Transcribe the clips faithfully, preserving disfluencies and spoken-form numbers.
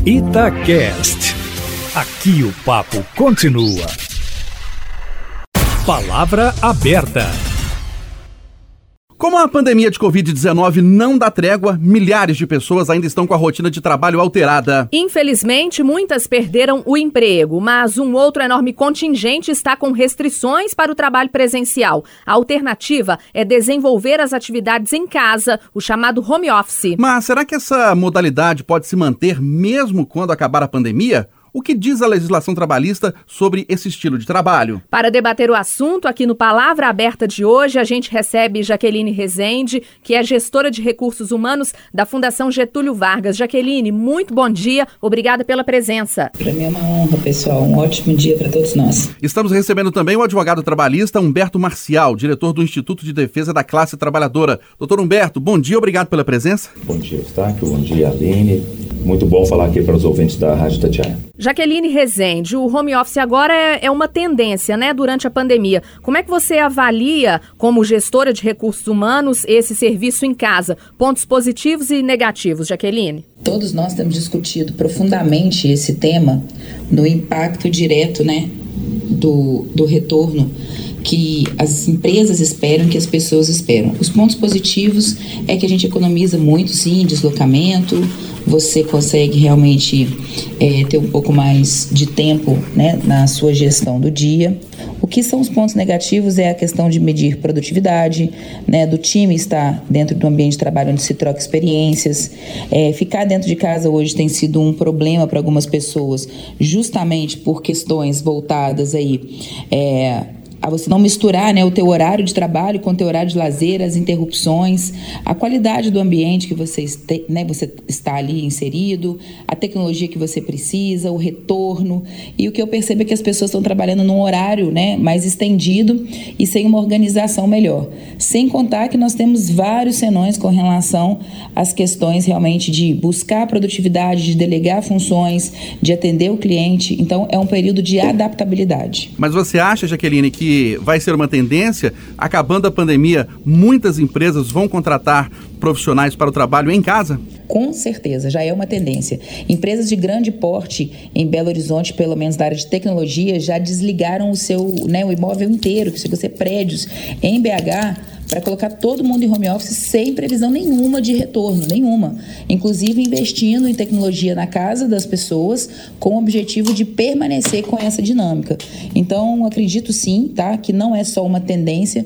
Itacast. Aqui o papo continua. Palavra aberta. Como a pandemia de covid dezenove não dá trégua, milhares de pessoas ainda estão com a rotina de trabalho alterada. Infelizmente, muitas perderam o emprego, mas um outro enorme contingente está com restrições para o trabalho presencial. A alternativa é desenvolver as atividades em casa, o chamado home office. Mas será que essa modalidade pode se manter mesmo quando acabar a pandemia? O que diz a legislação trabalhista sobre esse estilo de trabalho? Para debater o assunto, aqui no Palavra Aberta de hoje, a gente recebe Jaqueline Rezende, que é gestora de recursos humanos da Fundação Getúlio Vargas. Jaqueline, muito bom dia, obrigada pela presença. Para mim é uma honra, pessoal, um ótimo dia para todos nós. Estamos recebendo também o advogado trabalhista Humberto Marcial, diretor do Instituto de Defesa da Classe Trabalhadora. Doutor Humberto, bom dia, obrigado pela presença. Bom dia, Eustáquio, bom dia, Aline. Muito bom falar aqui para os ouvintes da Rádio Itatiaia. Jaqueline Rezende, o home office agora é, é uma tendência, né, durante a pandemia. Como é que você avalia, como gestora de recursos humanos, esse serviço em casa? Pontos positivos e negativos, Jaqueline? Todos nós temos discutido profundamente esse tema no impacto direto, né, do, do retorno que as empresas esperam, que as pessoas esperam. Os pontos positivos é que a gente economiza muito, sim, em deslocamento, você consegue realmente é, ter um pouco mais de tempo, né, na sua gestão do dia. O que são os pontos negativos é a questão de medir produtividade, né, do time estar dentro do ambiente de trabalho onde se troca experiências. É, ficar dentro de casa hoje tem sido um problema para algumas pessoas, justamente por questões voltadas aí, é, a você não misturar, né, o teu horário de trabalho com o teu horário de lazer, as interrupções, a qualidade do ambiente que você, este, né, você está ali inserido, a tecnologia que você precisa, o retorno. E o que eu percebo é que as pessoas estão trabalhando num horário, né, mais estendido e sem uma organização melhor. Sem contar que nós temos vários senões com relação às questões realmente de buscar produtividade, de delegar funções, de atender o cliente. Então, é um período de adaptabilidade. Mas você acha, Jaqueline, que vai ser uma tendência? Acabando a pandemia, muitas empresas vão contratar profissionais para o trabalho em casa? Com certeza, já é uma tendência. Empresas de grande porte em Belo Horizonte, pelo menos da área de tecnologia, já desligaram o seu, né, o imóvel inteiro, que chega a ser prédios, em B H, para colocar todo mundo em home office sem previsão nenhuma de retorno, nenhuma. Inclusive investindo em tecnologia na casa das pessoas com o objetivo de permanecer com essa dinâmica. Então, acredito sim, tá, que não é só uma tendência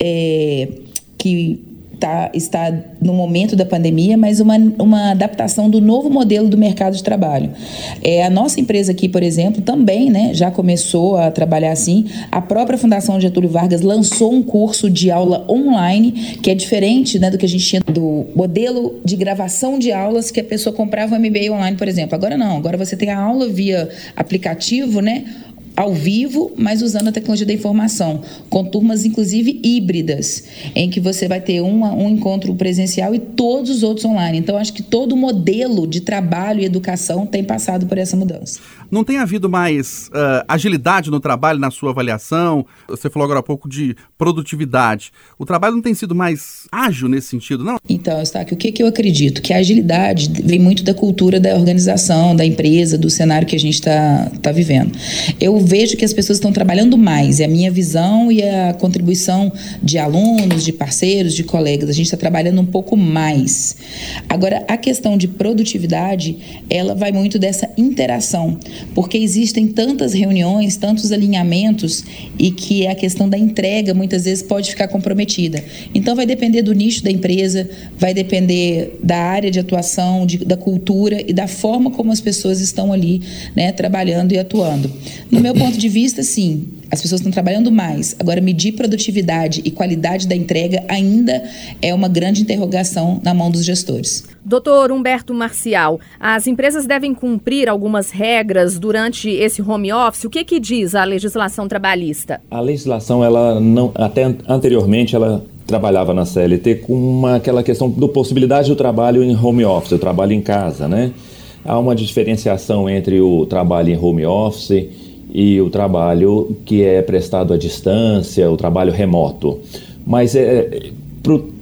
é, que Tá, está no momento da pandemia, mas uma, uma adaptação do novo modelo do mercado de trabalho. É, a nossa empresa aqui, por exemplo, também, né, já começou a trabalhar assim. A própria Fundação Getúlio Vargas lançou um curso de aula online, que é diferente, né, do que a gente tinha do modelo de gravação de aulas, que a pessoa comprava um M B A online, por exemplo. Agora não, agora você tem a aula via aplicativo, né, ao vivo, mas usando a tecnologia da informação, com turmas, inclusive, híbridas, em que você vai ter uma, um encontro presencial e todos os outros online. Então, acho que todo o modelo de trabalho e educação tem passado por essa mudança. Não tem havido mais uh, agilidade no trabalho, na sua avaliação? Você falou agora há pouco de produtividade. O trabalho não tem sido mais ágil nesse sentido, não? Então, Eustáquio, o que, que eu acredito? Que a agilidade vem muito da cultura da organização, da empresa, do cenário que a gente está tá vivendo. Eu vejo que as pessoas estão trabalhando mais, é a minha visão e a contribuição de alunos, de parceiros, de colegas. A gente está trabalhando um pouco mais. Agora, a questão de produtividade, ela vai muito dessa interação, porque existem tantas reuniões, tantos alinhamentos e que a questão da entrega muitas vezes pode ficar comprometida. Então vai depender do nicho da empresa, vai depender da área de atuação, de, da cultura e da forma como as pessoas estão ali, né, trabalhando e atuando. No meu ponto de vista, sim, as pessoas estão trabalhando mais. Agora, medir produtividade e qualidade da entrega ainda é uma grande interrogação na mão dos gestores. Doutor Humberto Marcial, as empresas devem cumprir algumas regras durante esse home office. O que que diz a legislação trabalhista? A legislação, ela não, até anteriormente, ela trabalhava na C L T com uma, aquela questão da possibilidade do trabalho em home office, o trabalho em casa, né? Há uma diferenciação entre o trabalho em home office e o trabalho que é prestado à distância, o trabalho remoto. Mas é, pro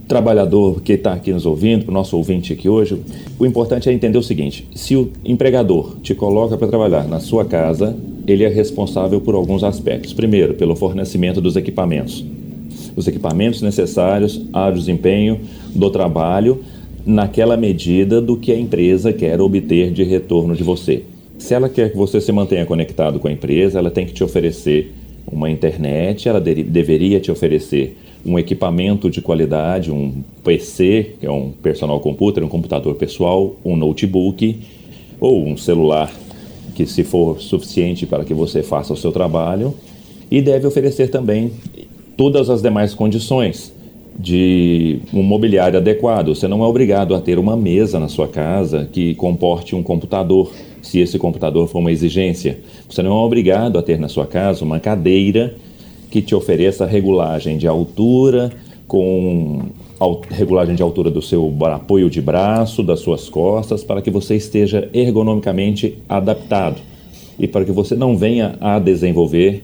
trabalhador que está aqui nos ouvindo, para o nosso ouvinte aqui hoje, o importante é entender o seguinte: se o empregador te coloca para trabalhar na sua casa, ele é responsável por alguns aspectos. Primeiro, pelo fornecimento dos equipamentos. Os equipamentos necessários ao desempenho do trabalho naquela medida do que a empresa quer obter de retorno de você. Se ela quer que você se mantenha conectado com a empresa, ela tem que te oferecer uma internet, ela de- deveria te oferecer um equipamento de qualidade, um P C, que é um personal computer, um computador pessoal, um notebook ou um celular que, se for suficiente para que você faça o seu trabalho, e deve oferecer também todas as demais condições de um mobiliário adequado. Você não é obrigado a ter uma mesa na sua casa que comporte um computador, se esse computador for uma exigência. Você não é obrigado a ter na sua casa uma cadeira que te ofereça regulagem de altura, com regulagem de altura do seu apoio de braço, das suas costas, para que você esteja ergonomicamente adaptado e para que você não venha a desenvolver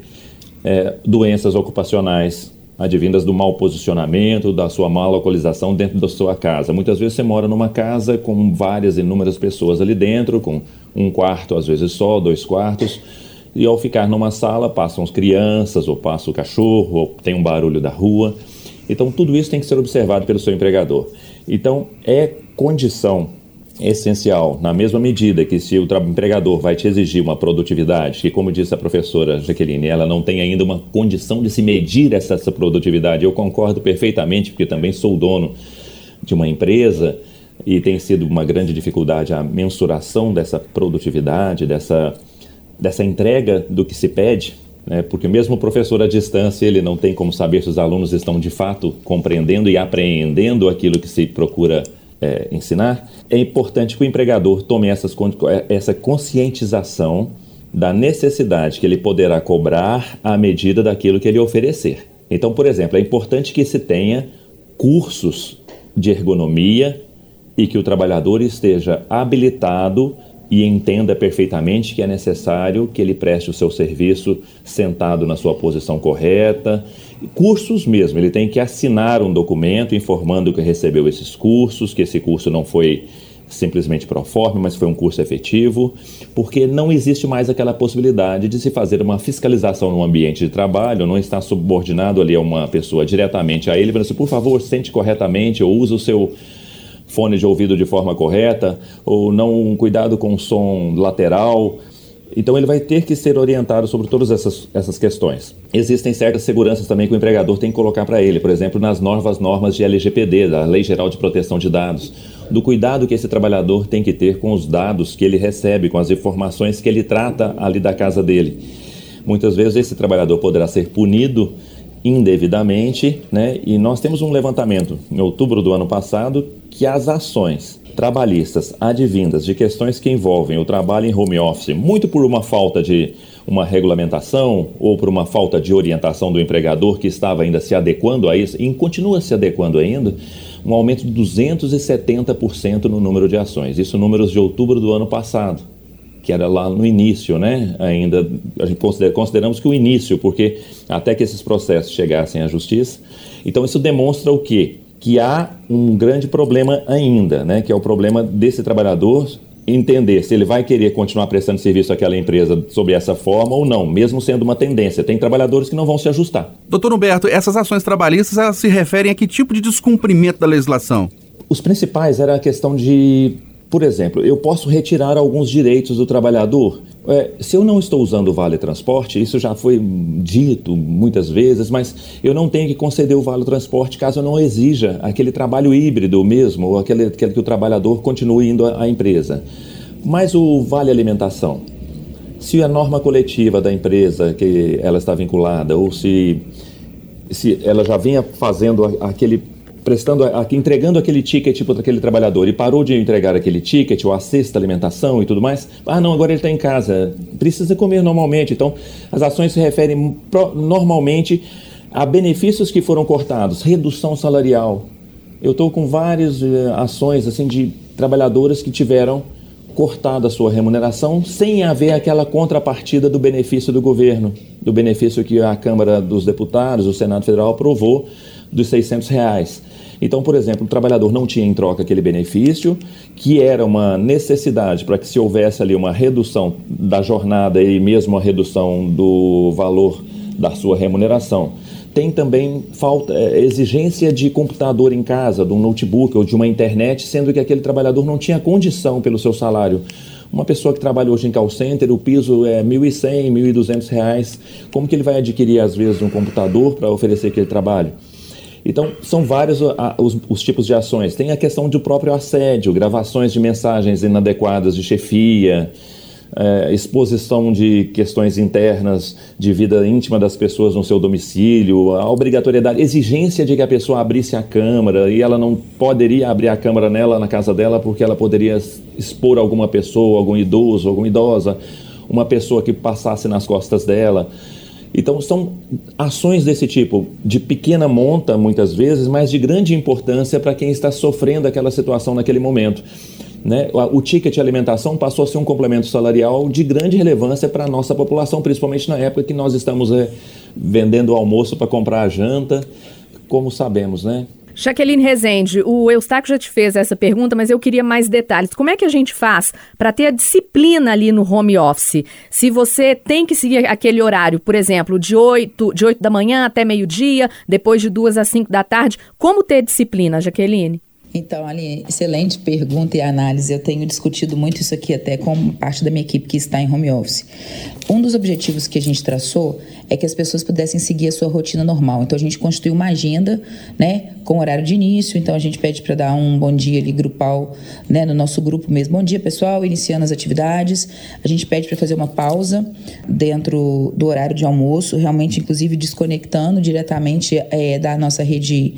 é, doenças ocupacionais advindas do mau posicionamento, da sua má localização dentro da sua casa. Muitas vezes você mora numa casa com várias, inúmeras pessoas ali dentro, com um quarto, às vezes só, dois quartos, e ao ficar numa sala passam as crianças, ou passa o cachorro, ou tem um barulho da rua. Então tudo isso tem que ser observado pelo seu empregador. Então é condição essencial, na mesma medida que se o empregador vai te exigir uma produtividade, que, como disse a professora Jaqueline, ela não tem ainda uma condição de se medir essa, essa produtividade. Eu concordo perfeitamente, porque também sou dono de uma empresa e tem sido uma grande dificuldade a mensuração dessa produtividade, dessa, dessa entrega do que se pede, né? Porque mesmo o professor à distância, ele não tem como saber se os alunos estão de fato compreendendo e apreendendo aquilo que se procura É, ensinar. É importante que o empregador tome essas, essa conscientização da necessidade que ele poderá cobrar à medida daquilo que ele oferecer. Então, por exemplo, é importante que se tenha cursos de ergonomia e que o trabalhador esteja habilitado e entenda perfeitamente que é necessário que ele preste o seu serviço sentado na sua posição correta. Cursos mesmo, ele tem que assinar um documento informando que recebeu esses cursos, que esse curso não foi simplesmente pro forma, mas foi um curso efetivo, porque não existe mais aquela possibilidade de se fazer uma fiscalização no ambiente de trabalho, não está subordinado ali a uma pessoa diretamente a ele, falando assim, por favor, sente corretamente ou use o seu fone de ouvido de forma correta, ou não cuidado com o som lateral. Então ele vai ter que ser orientado sobre todas essas, essas questões. Existem certas seguranças também que o empregador tem que colocar para ele, por exemplo, nas novas normas de L G P D, da Lei Geral de Proteção de Dados, do cuidado que esse trabalhador tem que ter com os dados que ele recebe, com as informações que ele trata ali da casa dele. Muitas vezes esse trabalhador poderá ser punido indevidamente, né? E nós temos um levantamento em outubro do ano passado que as ações trabalhistas advindas de questões que envolvem o trabalho em home office, muito por uma falta de uma regulamentação ou por uma falta de orientação do empregador que estava ainda se adequando a isso e continua se adequando ainda, um aumento de duzentos e setenta por cento no número de ações. Isso números de outubro do ano passado, que era lá no início, né? Ainda a gente considera, consideramos que o início, porque até que esses processos chegassem à justiça. Então isso demonstra o quê? Que há um grande problema ainda, né? Que é o problema desse trabalhador entender se ele vai querer continuar prestando serviço àquela empresa sob essa forma ou não, mesmo sendo uma tendência. Tem trabalhadores que não vão se ajustar. Doutor Humberto, essas ações trabalhistas, elas se referem a que tipo de descumprimento da legislação? Os principais era a questão de, por exemplo, eu posso retirar alguns direitos do trabalhador. É, se eu não estou usando o Vale Transporte, isso já foi dito muitas vezes, mas eu não tenho que conceder o Vale Transporte caso eu não exija aquele trabalho híbrido mesmo, ou aquele, aquele que o trabalhador continue indo à, à empresa. Mas o Vale Alimentação, se a norma coletiva da empresa que ela está vinculada, ou se, se ela já vinha fazendo aquele... prestando, entregando aquele ticket para aquele trabalhador e parou de entregar aquele ticket, ou a cesta, alimentação e tudo mais, ah não, agora ele está em casa, precisa comer normalmente. Então, as ações se referem pro, normalmente a benefícios que foram cortados, redução salarial. Eu estou com várias uh, ações assim, de trabalhadores que tiveram cortado a sua remuneração sem haver aquela contrapartida do benefício do governo, do benefício que a Câmara dos Deputados, o Senado Federal aprovou, dos seiscentos reais. Então, por exemplo, o trabalhador não tinha em troca aquele benefício, que era uma necessidade para que se houvesse ali uma redução da jornada e mesmo a redução do valor da sua remuneração. Tem também falta, é, exigência de computador em casa, de um notebook ou de uma internet, sendo que aquele trabalhador não tinha condição pelo seu salário. Uma pessoa que trabalha hoje em call center, o piso é mil e cem, mil e duzentos reais. Como que ele vai adquirir, às vezes, um computador para oferecer aquele trabalho? Então, são vários a, os, os tipos de ações. Tem a questão do próprio assédio, gravações de mensagens inadequadas de chefia, é, exposição de questões internas, de vida íntima das pessoas no seu domicílio, a obrigatoriedade, exigência de que a pessoa abrisse a câmera, e ela não poderia abrir a câmera nela, na casa dela, porque ela poderia expor alguma pessoa, algum idoso, alguma idosa, uma pessoa que passasse nas costas dela. Então, são ações desse tipo, de pequena monta, muitas vezes, mas de grande importância para quem está sofrendo aquela situação naquele momento. Né? O ticket alimentação passou a ser um complemento salarial de grande relevância para a nossa população, principalmente na época que nós estamos é, vendendo almoço para comprar a janta, como sabemos, né? Jaqueline Rezende, o Eustáquio já te fez essa pergunta, mas eu queria mais detalhes. Como é que a gente faz para ter a disciplina ali no home office? Se você tem que seguir aquele horário, por exemplo, de oito, de oito da manhã até meio-dia, depois de duas às cinco da tarde, como ter disciplina, Jaqueline? Então, Aline, excelente pergunta e análise. Eu tenho discutido muito isso aqui até com parte da minha equipe que está em home office. Um dos objetivos que a gente traçou é que as pessoas pudessem seguir a sua rotina normal. Então, a gente constituiu uma agenda, né, com horário de início. Então, a gente pede para dar um bom dia ali grupal, né, no nosso grupo mesmo. Bom dia, pessoal, iniciando as atividades. A gente pede para fazer uma pausa dentro do horário de almoço, realmente, inclusive, desconectando diretamente é, da nossa rede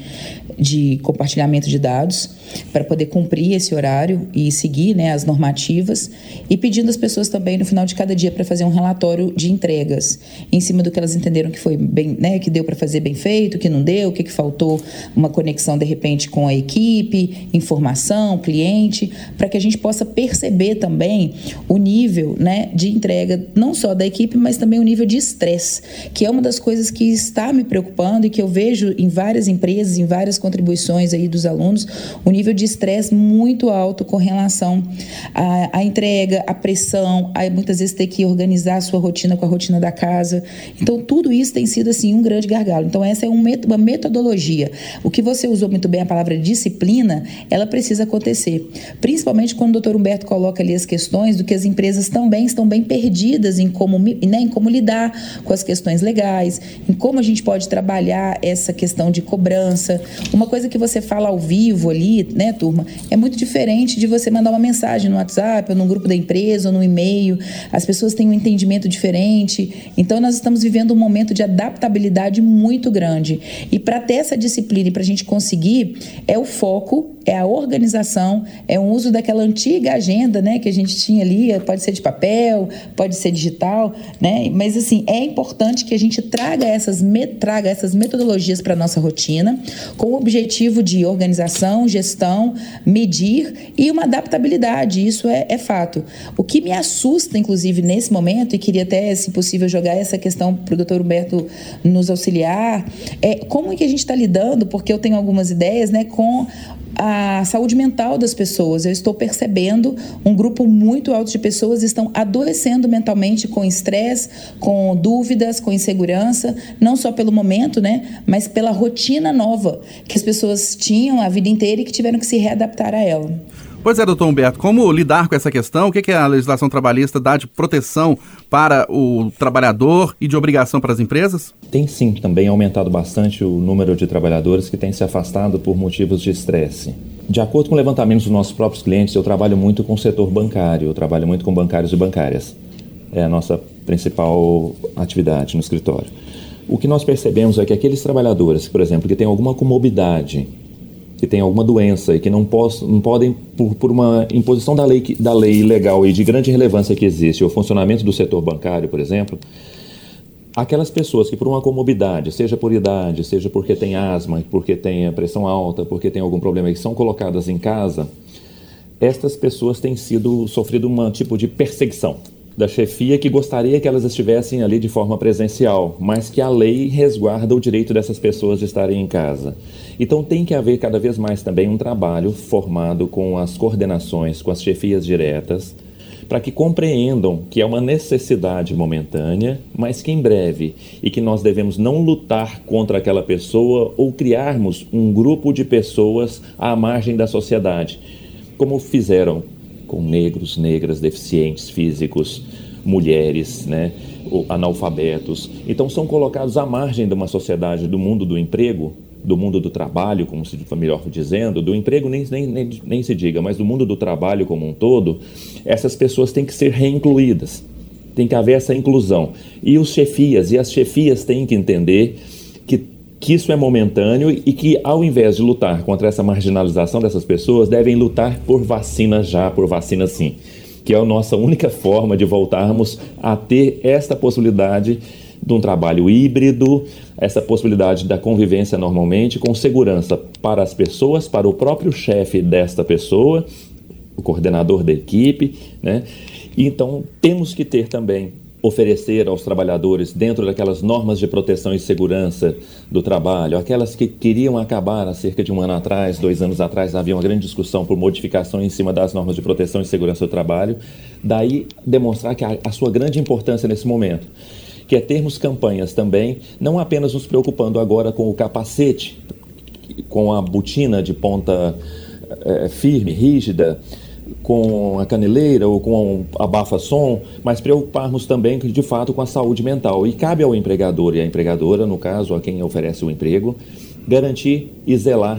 de compartilhamento de dados, para poder cumprir esse horário e seguir, né, as normativas, e pedindo às pessoas também no final de cada dia para fazer um relatório de entregas em cima do que elas entenderam que foi bem, né, que deu para fazer bem feito, que não deu, o que, que faltou, uma conexão de repente com a equipe, informação, cliente, para que a gente possa perceber também o nível, né, de entrega não só da equipe, mas também o nível de estresse, que é uma das coisas que está me preocupando e que eu vejo em várias empresas, em várias contribuições aí dos alunos, o nível de estresse muito alto com relação à, à entrega, à pressão, a muitas vezes ter que organizar a sua rotina com a rotina da casa. Então, tudo isso tem sido, assim, um grande gargalo. Então, essa é um met- uma metodologia. O que você usou muito bem, a palavra disciplina, ela precisa acontecer. Principalmente quando o doutor Humberto coloca ali as questões do que as empresas também estão bem perdidas em como, né, em como lidar com as questões legais, em como a gente pode trabalhar essa questão de cobrança. Uma coisa que você fala ao vivo ali, né, turma, é muito diferente de você mandar uma mensagem no WhatsApp, ou num grupo da empresa, ou no e-mail. As pessoas têm um entendimento diferente. Então, nós estamos vivendo um momento de adaptabilidade muito grande. E para ter essa disciplina e para a gente conseguir, é o foco, é a organização, é o uso daquela antiga agenda, né, que a gente tinha ali, pode ser de papel, pode ser digital, né, mas assim, é importante que a gente traga essas, traga essas metodologias para a nossa rotina, com o objetivo de organização, gestão, medir e uma adaptabilidade, isso é, é fato. O que me assusta, inclusive, nesse momento, e queria até, se possível, jogar essa questão para o doutor Humberto nos auxiliar, é como é que a gente está lidando, porque eu tenho algumas ideias, né, com a saúde mental das pessoas. Eu estou percebendo um grupo muito alto de pessoas estão adoecendo mentalmente com estresse, com dúvidas, com insegurança, não só pelo momento, né, mas pela rotina nova que as pessoas tinham a vida inteira e que tiveram que se readaptar a ela. Pois é, doutor Humberto, como lidar com essa questão? O que, que a legislação trabalhista dá de proteção para o trabalhador e de obrigação para as empresas? Tem sim também aumentado bastante o número de trabalhadores que têm se afastado por motivos de estresse. De acordo com levantamentos dos nossos próprios clientes, eu trabalho muito com o setor bancário, eu trabalho muito com bancários e bancárias. É a nossa principal atividade no escritório. O que nós percebemos é que aqueles trabalhadores, por exemplo, que têm alguma comorbidade, que têm alguma doença e que não, posso, não podem, por, por uma imposição da lei, da lei legal e de grande relevância que existe, o funcionamento do setor bancário, por exemplo, aquelas pessoas que por uma comorbidade, seja por idade, seja porque tem asma, porque tem pressão alta, porque tem algum problema, que são colocadas em casa, estas pessoas têm sido, sofrido um tipo de perseguição. da chefia que gostaria que elas estivessem ali de forma presencial, mas que a lei resguarda o direito dessas pessoas de estarem em casa. Então tem que haver cada vez mais também um trabalho formado com as coordenações, com as chefias diretas, para que compreendam que é uma necessidade momentânea, mas que em breve, e que nós devemos não lutar contra aquela pessoa ou criarmos um grupo de pessoas à margem da sociedade, como fizeram com negros, negras, deficientes físicos, mulheres, né, analfabetos. Então são colocados à margem de uma sociedade, do mundo do emprego, do mundo do trabalho, como se melhor dizendo, do emprego nem, nem, nem, nem se diga, mas do mundo do trabalho como um todo. Essas pessoas têm que ser reincluídas, tem que haver essa inclusão. E os chefias e as chefias têm que entender que, que isso é momentâneo e que, ao invés de lutar contra essa marginalização dessas pessoas, devem lutar por vacina já, por vacina sim, que é a nossa única forma de voltarmos a ter esta possibilidade de um trabalho híbrido, essa possibilidade da convivência normalmente, com segurança para as pessoas, para o próprio chefe desta pessoa, o coordenador da equipe, né? Então, temos que ter também, oferecer aos trabalhadores, dentro daquelas normas de proteção e segurança do trabalho, aquelas que queriam acabar há cerca de um ano atrás, dois anos atrás, havia uma grande discussão por modificação em cima das normas de proteção e segurança do trabalho, daí demonstrar que a, a sua grande importância nesse momento, que é termos campanhas também, não apenas nos preocupando agora com o capacete, com a botina de ponta é, firme, rígida, com a caneleira ou com a abafa-som, mas preocuparmos também, de fato, com a saúde mental. E cabe ao empregador e à empregadora, no caso, a quem oferece o emprego, garantir e zelar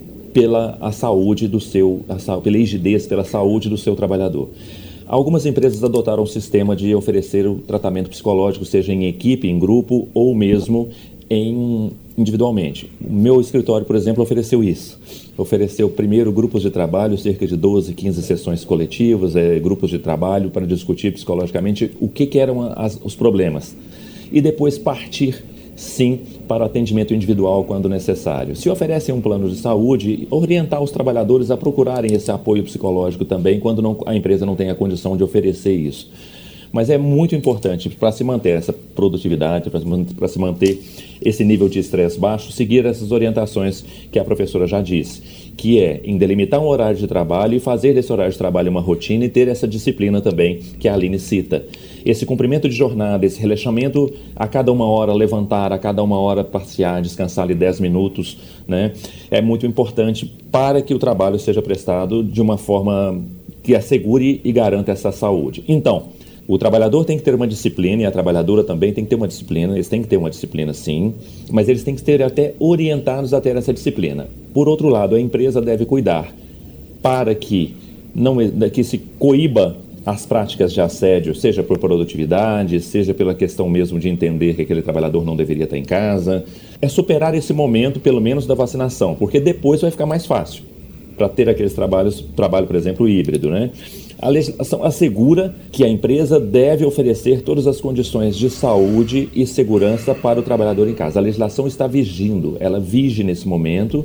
pela a saúde do seu, a, pela rigidez, pela saúde do seu trabalhador. Algumas empresas adotaram o sistema de oferecer o tratamento psicológico, seja em equipe, em grupo ou mesmo em, individualmente. O meu escritório, por exemplo, ofereceu isso. Ofereceu primeiro grupos de trabalho, cerca de doze, quinze sessões coletivas, é, grupos de trabalho para discutir psicologicamente o que, que eram as, os problemas. E depois partir, sim, para atendimento individual quando necessário. Se oferecem um plano de saúde, orientar os trabalhadores a procurarem esse apoio psicológico também quando não, a empresa não tem a condição de oferecer isso. Mas é muito importante para se manter essa produtividade, para se manter esse nível de estresse baixo, seguir essas orientações que a professora já disse, que é em delimitar um horário de trabalho e fazer desse horário de trabalho uma rotina e ter essa disciplina também que a Aline cita. Esse cumprimento de jornada, esse relaxamento a cada uma hora, levantar, a cada uma hora passear, descansar ali dez minutos, né, é muito importante para que o trabalho seja prestado de uma forma que assegure e garanta essa saúde. Então, o trabalhador tem que ter uma disciplina e a trabalhadora também tem que ter uma disciplina, eles têm que ter uma disciplina sim, mas eles têm que ser até orientados a ter essa disciplina. Por outro lado, a empresa deve cuidar para que, não, que se coíba as práticas de assédio, seja por produtividade, seja pela questão mesmo de entender que aquele trabalhador não deveria estar em casa. É superar esse momento, pelo menos, da vacinação, porque depois vai ficar mais fácil para ter aqueles trabalhos, trabalho, por exemplo, híbrido, né? A legislação assegura que a empresa deve oferecer todas as condições de saúde e segurança para o trabalhador em casa. A legislação está vigindo, ela vige nesse momento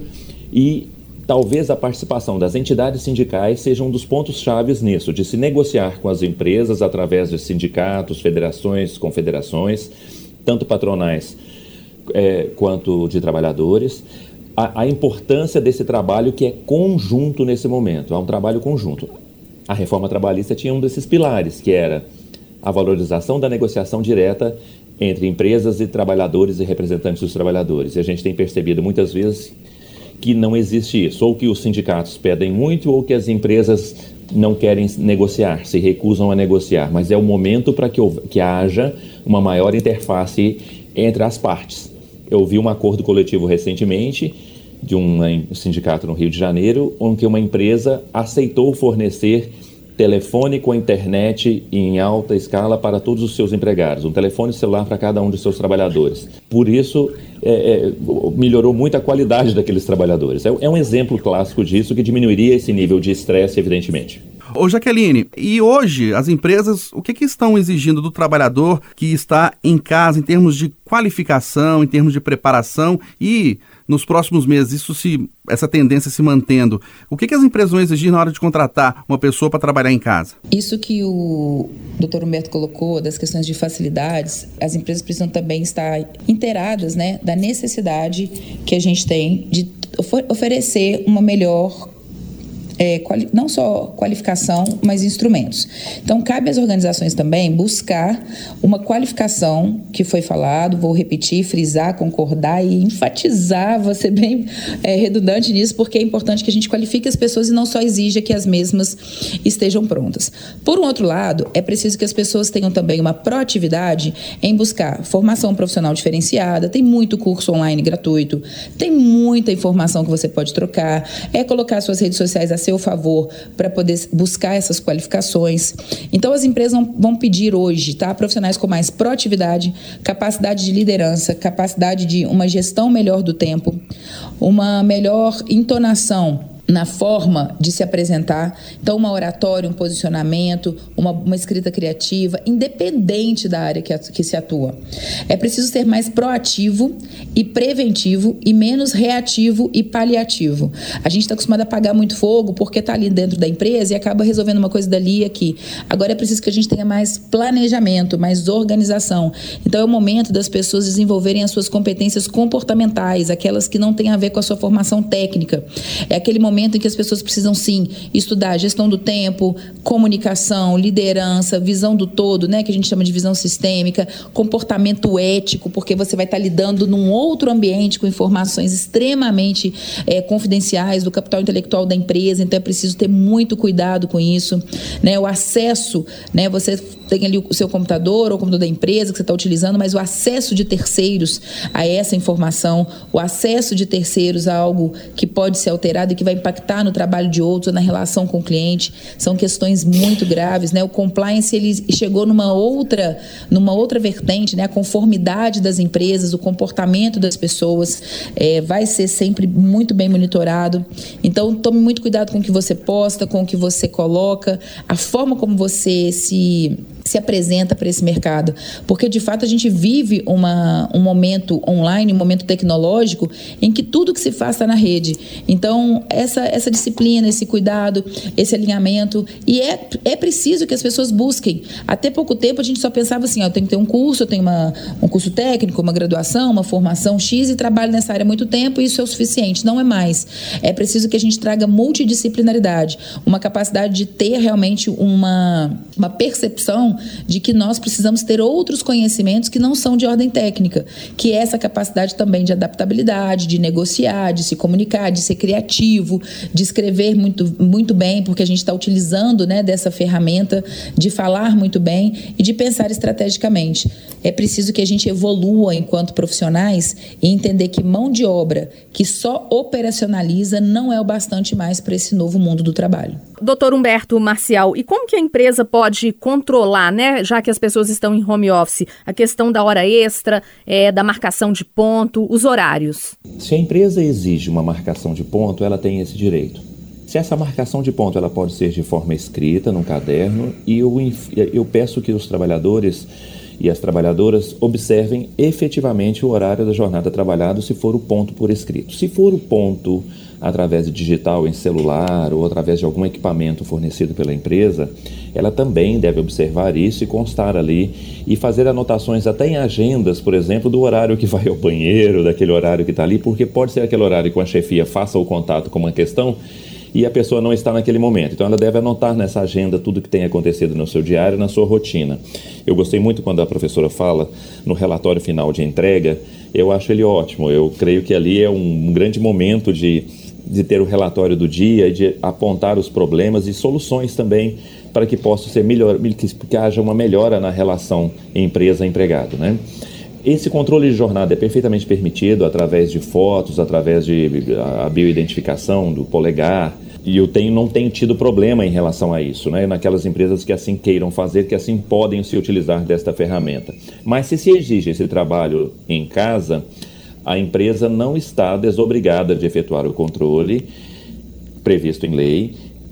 e talvez a participação das entidades sindicais seja um dos pontos chaves nisso, de se negociar com as empresas através de sindicatos, federações, confederações, tanto patronais é, quanto de trabalhadores, a, a importância desse trabalho que é conjunto nesse momento, é um trabalho conjunto. A reforma trabalhista tinha um desses pilares, que era a valorização da negociação direta entre empresas e trabalhadores e representantes dos trabalhadores. E a gente tem percebido muitas vezes que não existe isso, ou que os sindicatos pedem muito, ou que as empresas não querem negociar, se recusam a negociar. Mas é o momento para que, que haja uma maior interface entre as partes. Eu vi um acordo coletivo recentemente de um sindicato no Rio de Janeiro, onde uma empresa aceitou fornecer telefone com internet em alta escala para todos os seus empregados, um telefone celular para cada um de seus trabalhadores. Por isso, é, é, melhorou muito a qualidade daqueles trabalhadores. É, é um exemplo clássico disso que diminuiria esse nível de estresse, evidentemente. Ô Jaqueline, e hoje as empresas, o que, que estão exigindo do trabalhador que está em casa em termos de qualificação, em termos de preparação e nos próximos meses, isso se, essa tendência se mantendo, o que, que as empresas vão exigir na hora de contratar uma pessoa para trabalhar em casa? Isso que o doutor Humberto colocou, das questões de facilidades, as empresas precisam também estar inteiradas, né, da necessidade que a gente tem de oferecer uma melhor É, quali- não só qualificação, mas instrumentos. Então, cabe às organizações também buscar uma qualificação que foi falado, vou repetir, frisar, concordar e enfatizar, vou ser bem é, redundante nisso, porque é importante que a gente qualifique as pessoas e não só exija que as mesmas estejam prontas. Por um outro lado, é preciso que as pessoas tenham também uma proatividade em buscar formação profissional diferenciada, tem muito curso online gratuito, tem muita informação que você pode trocar, é colocar suas redes sociais a seu favor para poder buscar essas qualificações. Então, as empresas vão pedir hoje, tá, profissionais com mais proatividade, capacidade de liderança, capacidade de uma gestão melhor do tempo, uma melhor entonação na forma de se apresentar. Então, uma oratória, um posicionamento, uma, uma escrita criativa, independente da área que, que se atua. É preciso ser mais proativo e preventivo e menos reativo e paliativo. A gente está acostumado a apagar muito fogo porque está ali dentro da empresa e acaba resolvendo uma coisa dali e aqui. Agora é preciso que a gente tenha mais planejamento, mais organização. Então, é o momento das pessoas desenvolverem as suas competências comportamentais, aquelas que não têm a ver com a sua formação técnica. É aquele momento momento em que as pessoas precisam, sim, estudar gestão do tempo, comunicação, liderança, visão do todo, né, que a gente chama de visão sistêmica, comportamento ético, porque você vai estar lidando num outro ambiente com informações extremamente é, confidenciais do capital intelectual da empresa, então é preciso ter muito cuidado com isso, né, o acesso, né, você tem ali o seu computador ou o computador da empresa que você está utilizando, mas o acesso de terceiros a essa informação, o acesso de terceiros a algo que pode ser alterado e que vai impactar no trabalho de outros, na relação com o cliente, são questões muito graves, né? O compliance, ele chegou numa outra, numa outra vertente, né? A conformidade das empresas, o comportamento das pessoas é, vai ser sempre muito bem monitorado. Então, tome muito cuidado com o que você posta, com o que você coloca, a forma como você se... se apresenta para esse mercado, porque de fato a gente vive uma, um momento online, um momento tecnológico em que tudo que se faz está na rede. Então essa, essa disciplina, esse cuidado, esse alinhamento, e é, é preciso que as pessoas busquem. Até pouco tempo a gente só pensava assim, ó, eu tenho que ter um curso, eu tenho uma, um curso técnico, uma graduação, uma formação X e trabalho nessa área há muito tempo e isso é o suficiente. Não é mais. É preciso que a gente traga multidisciplinaridade, uma capacidade de ter realmente uma, uma percepção de que nós precisamos ter outros conhecimentos que não são de ordem técnica, que é essa capacidade também de adaptabilidade, de negociar, de se comunicar, de ser criativo, de escrever muito, muito bem, porque a gente está utilizando, né, dessa ferramenta, de falar muito bem e de pensar estrategicamente. É preciso que a gente evolua enquanto profissionais e entender que mão de obra que só operacionaliza não é o bastante mais para esse novo mundo do trabalho. Doutor Humberto Marcial, e como que a empresa pode controlar, né, já que as pessoas estão em home office, a questão da hora extra, é, da marcação de ponto, os horários? Se a empresa exige uma marcação de ponto, ela tem esse direito. Se essa marcação de ponto ela pode ser de forma escrita, num caderno, e eu, eu peço que os trabalhadores e as trabalhadoras observem efetivamente o horário da jornada trabalhada, se for o ponto por escrito. Se for o ponto através de digital em celular ou através de algum equipamento fornecido pela empresa, ela também deve observar isso e constar ali e fazer anotações até em agendas, por exemplo, do horário que vai ao banheiro, daquele horário que está ali, porque pode ser aquele horário que a chefia faça o contato com uma questão e a pessoa não está naquele momento. Então ela deve anotar nessa agenda tudo que tem acontecido no seu diário, na sua rotina. Eu gostei muito quando a professora fala no relatório final de entrega, eu acho ele ótimo. Eu creio que ali é um grande momento de, de ter o relatório do dia e de apontar os problemas e soluções também para que possa ser melhor, que haja uma melhora na relação empresa-empregado, né? Esse controle de jornada é perfeitamente permitido através de fotos, através de a bioidentificação do polegar, e eu tenho, não tenho tido problema em relação a isso, né? Naquelas empresas que assim queiram fazer, que assim podem se utilizar desta ferramenta. Mas se se exige esse trabalho em casa, a empresa não está desobrigada de efetuar o controle previsto em lei,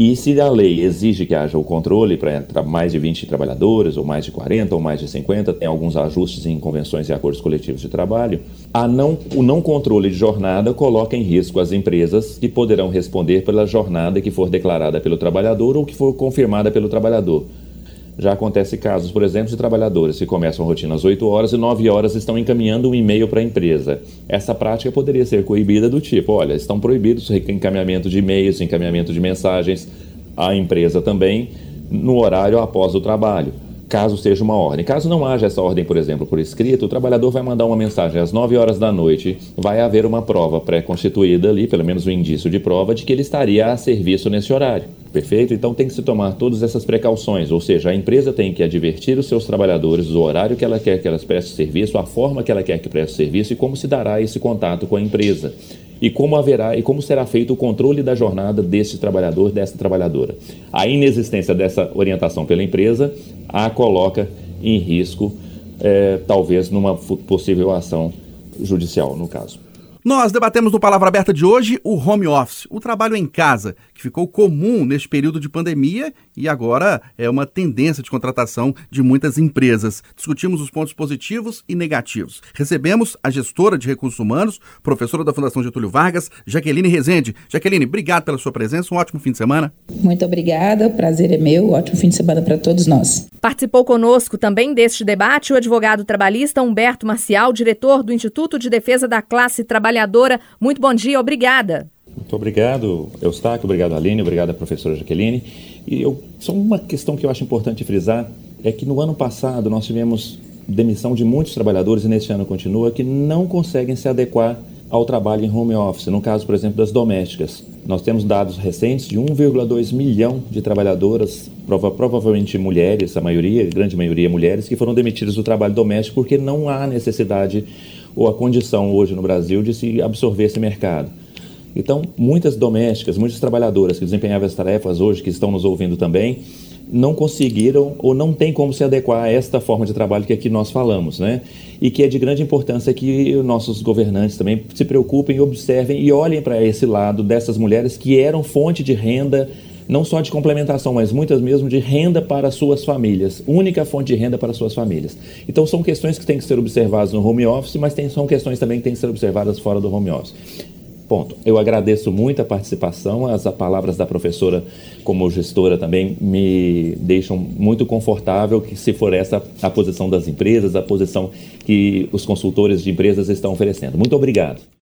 E se a lei exige que haja o controle para mais de vinte trabalhadores, ou mais de quarenta, ou mais de cinquenta, tem alguns ajustes em convenções e acordos coletivos de trabalho, a não, o não controle de jornada coloca em risco as empresas que poderão responder pela jornada que for declarada pelo trabalhador ou que for confirmada pelo trabalhador. Já acontece casos, por exemplo, de trabalhadores que começam a rotina às oito horas e nove horas estão encaminhando um e-mail para a empresa. Essa prática poderia ser coibida do tipo, olha, estão proibidos o encaminhamento de e-mails, encaminhamento de mensagens à empresa também no horário após o trabalho, caso seja uma ordem. Caso não haja essa ordem, por exemplo, por escrito, o trabalhador vai mandar uma mensagem às nove horas da noite, vai haver uma prova pré-constituída ali, pelo menos um indício de prova, de que ele estaria a serviço nesse horário. Perfeito? Então tem que se tomar todas essas precauções, ou seja, a empresa tem que advertir os seus trabalhadores do horário que ela quer que elas prestem serviço, a forma que ela quer que preste serviço e como se dará esse contato com a empresa. E como haverá e como será feito o controle da jornada desse trabalhador, dessa trabalhadora. A inexistência dessa orientação pela empresa a coloca em risco, é, talvez numa possível ação judicial, no caso. Nós debatemos no Palavra Aberta de hoje o home office, o trabalho em casa, que ficou comum neste período de pandemia e agora é uma tendência de contratação de muitas empresas. Discutimos os pontos positivos e negativos. Recebemos a gestora de recursos humanos, professora da Fundação Getúlio Vargas, Jaqueline Rezende. Jaqueline, obrigado pela sua presença, um ótimo fim de semana. Muito obrigada, o prazer é meu, ótimo fim de semana para todos nós. Participou conosco também deste debate o advogado trabalhista Humberto Marcial, diretor do Instituto de Defesa da Classe Trabalhadora. Muito bom dia, obrigada. Muito obrigado, Eustáquio, obrigado, Aline, obrigado, a professora Jaqueline. E eu, só uma questão que eu acho importante frisar é que no ano passado nós tivemos demissão de muitos trabalhadores, e neste ano continua, que não conseguem se adequar ao trabalho em home office, no caso, por exemplo, das domésticas. Nós temos dados recentes de um vírgula dois milhão de trabalhadoras, prova, provavelmente mulheres, a maioria, a grande maioria mulheres, que foram demitidas do trabalho doméstico porque não há necessidade ou a condição hoje no Brasil de se absorver esse mercado. Então, muitas domésticas, muitas trabalhadoras que desempenhavam as tarefas hoje, que estão nos ouvindo também, não conseguiram ou não têm como se adequar a esta forma de trabalho que aqui nós falamos, né? E que é de grande importância que nossos governantes também se preocupem, observem e olhem para esse lado dessas mulheres que eram fonte de renda, não só de complementação, mas muitas mesmo de renda para suas famílias, única fonte de renda para suas famílias. Então são questões que têm que ser observadas no home office, mas tem, são questões também que têm que ser observadas fora do home office. Ponto. Eu agradeço muito a participação, as palavras da professora como gestora também me deixam muito confortável que se for essa a posição das empresas, a posição que os consultores de empresas estão oferecendo. Muito obrigado.